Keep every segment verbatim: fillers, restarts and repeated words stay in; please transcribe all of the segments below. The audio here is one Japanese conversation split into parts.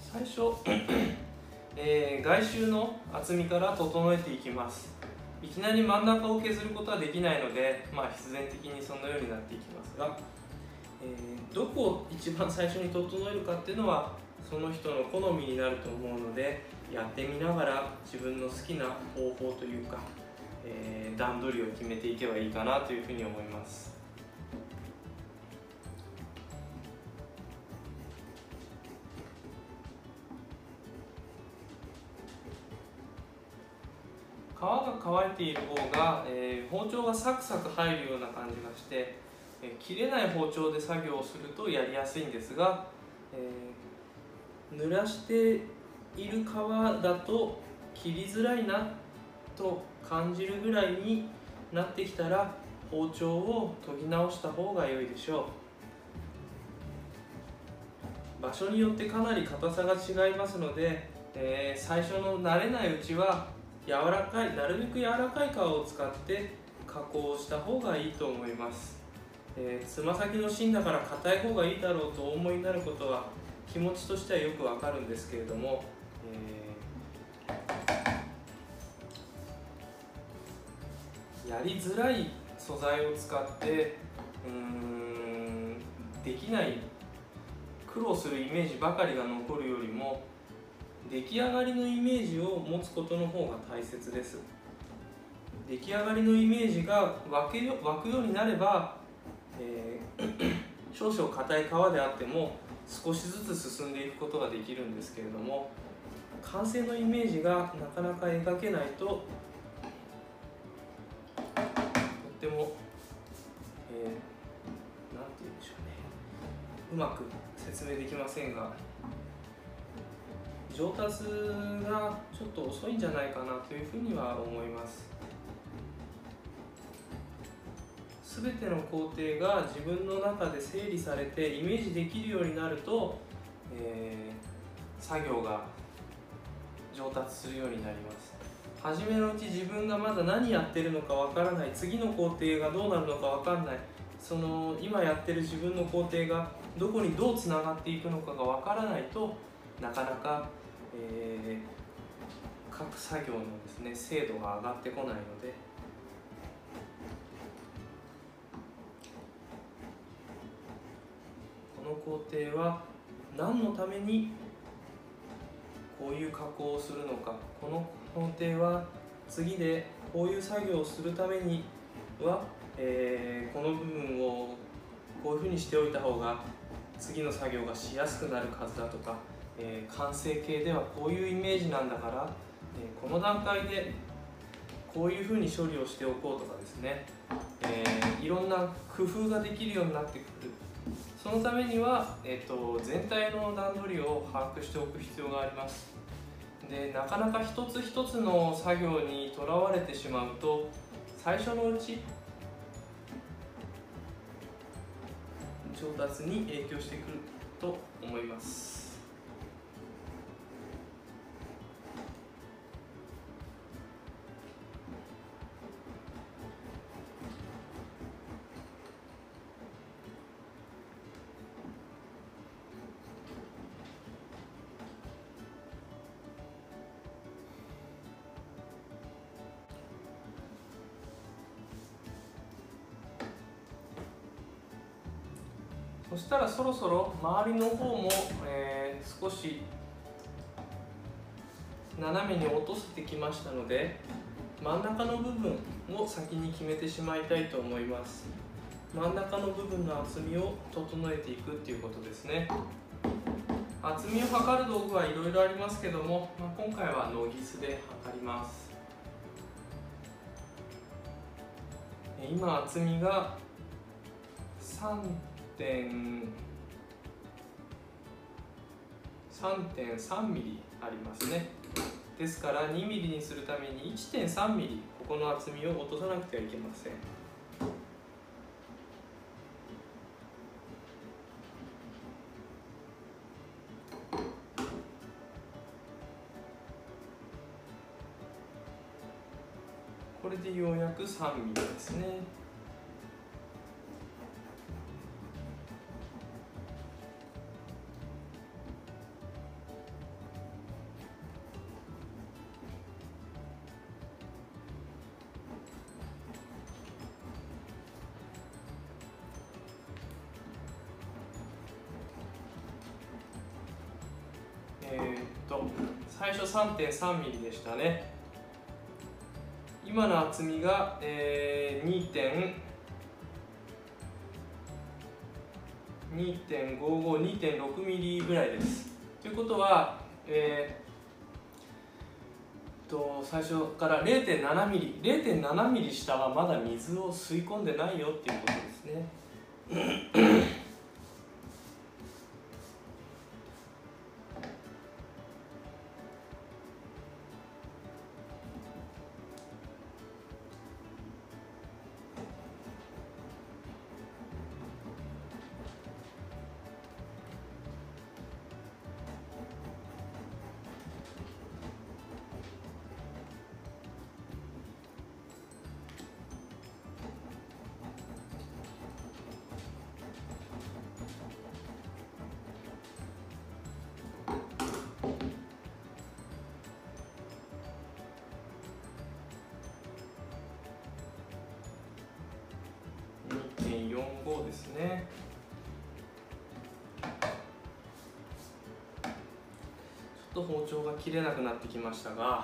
最初、えー、外周の厚みから整えていきます。いきなり真ん中を削ることはできないので、まあ、必然的にそのようになっていきますが、えー、どこを一番最初に整えるかっていうのはその人の好みになると思うので、やってみながら自分の好きな方法というか、えー、段取りを決めていけばいいかなというふうに思います。皮が乾いている方が、えー、包丁がサクサク入るような感じがして、えー、切れない包丁で作業をするとやりやすいんですが、えー、濡らしている皮だと切りづらいなと感じるぐらいになってきたら包丁を研ぎ直した方が良いでしょう。場所によってかなり硬さが違いますので、えー、最初の慣れないうちは柔らかいなるべく柔らかい皮を使って加工した方がいいと思います。えー、つま先の芯だから硬い方がいいだろうとお思いになることは気持ちとしてはよくわかるんですけれども、えー、やりづらい素材を使ってうーんできない苦労するイメージばかりが残るよりも出来上がりのイメージを持つことの方が大切です。出来上がりのイメージが湧けよ湧くようになれば、えー、少々硬い皮であっても少しずつ進んでいくことができるんですけれども、完成のイメージがなかなか描けないととっても、えー、なんて言うんでしょうね、うまく説明できませんが、上達がちょっと遅いんじゃないかなというふうには思います。すべての工程が自分の中で整理されてイメージできるようになると、えー、作業が上達するようになります。初めのうち自分がまだ何やってるのかわからない、次の工程がどうなるのかわからない、その今やってる自分の工程がどこにどうつながっていくのかがわからないとなかなか、えー、各作業のですね、精度が上がってこないので、この工程は何のためにこういう加工をするのか、この工程は次でこういう作業をするためには、えー、この部分をこういうふうにしておいた方が次の作業がしやすくなるはずだとか、えー、完成形ではこういうイメージなんだから、えー、この段階でこういうふうに処理をしておこうとかですね、えー、いろんな工夫ができるようになってくる。そのためには、えーと、全体の段取りを把握しておく必要があります。で、なかなか一つ一つの作業にとらわれてしまうと、最初のうち上達に影響してくると思います。そしたらそろそろ周りの方も、えー、少し斜めに落とせてきましたので、真ん中の部分を先に決めてしまいたいと思います。真ん中の部分の厚みを整えていくっていうことですね。厚みを測る道具はいろいろありますけども、まあ、今回はノギスで測ります。今厚みが さんてんさんミリありますね。ですからにミリにするために いってんさんミリここの厚みを落とさなくてはいけません。これでようやくさんミリですね。 と最初 さんてんさんミリでしたね。今の厚みが、えー、にてんごご、にてんろくミリぐらいです。ということは、えー、と最初から れいてんななミリ、れいてんななミリ下はまだ水を吸い込んでないよっていうことですね。にてんよんご ですね。ちょっと包丁が切れなくなってきましたが、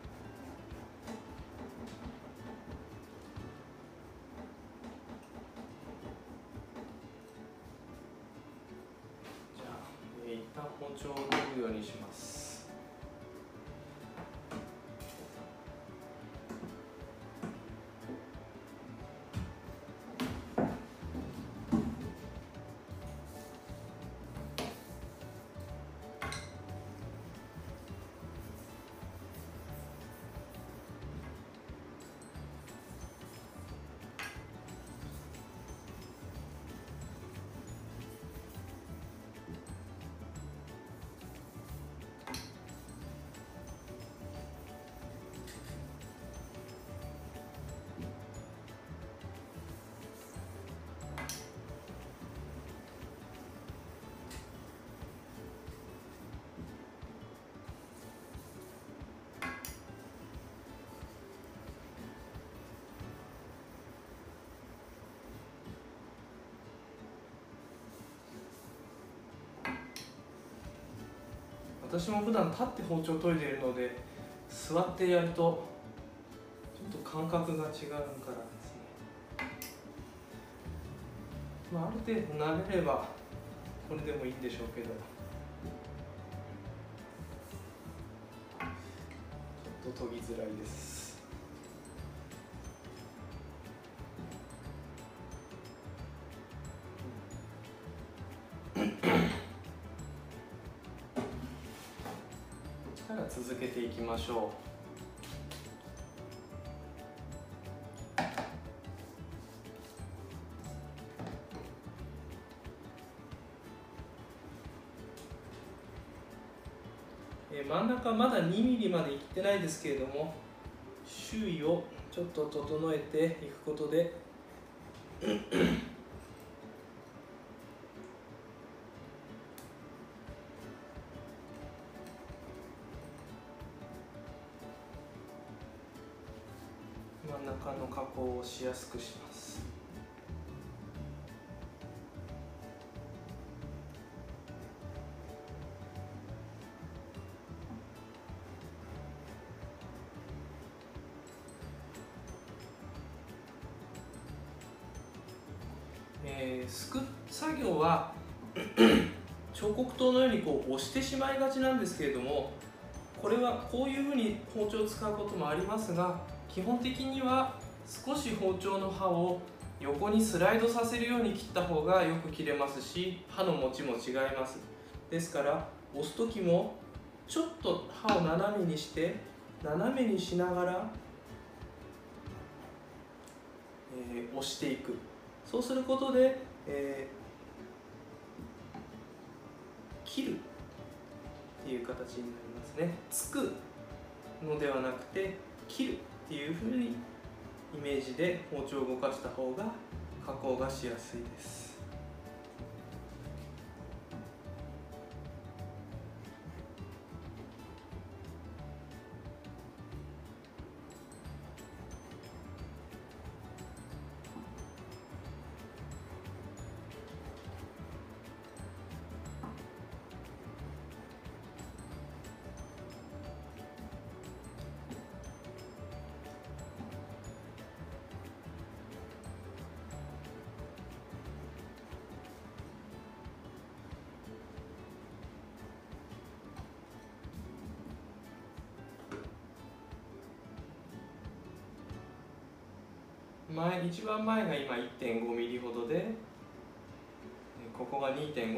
じゃあ、えー、一旦包丁を研ぐようにします。私も普段立って包丁を研いでいるので、座ってやるとちょっと感覚が違うからですね。まあ、ある程度慣れればこれでもいいんでしょうけど、ちょっと研ぎづらいです。から続けていきましょう。え真ん中まだにミリまでいってないですけれども、周囲をちょっと整えていくことで真ん中の加工をしやすくします。えー、すく作業は彫刻刀のようにこう押してしまいがちなんですけれども、これはこういうふうに包丁を使うこともありますが、基本的には少し包丁の刃を横にスライドさせるように切った方がよく切れますし、刃の持ちも違います。ですから押す時もちょっと刃を斜めにして斜めにしながら、えー、押していく。そうすることで、えー、切るっていう形になりますね。つくのではなくて切るっていうふうにイメージで包丁を動かした方が加工がしやすいです。 前一番前が今 いってんごミリほどで、ここが にてんご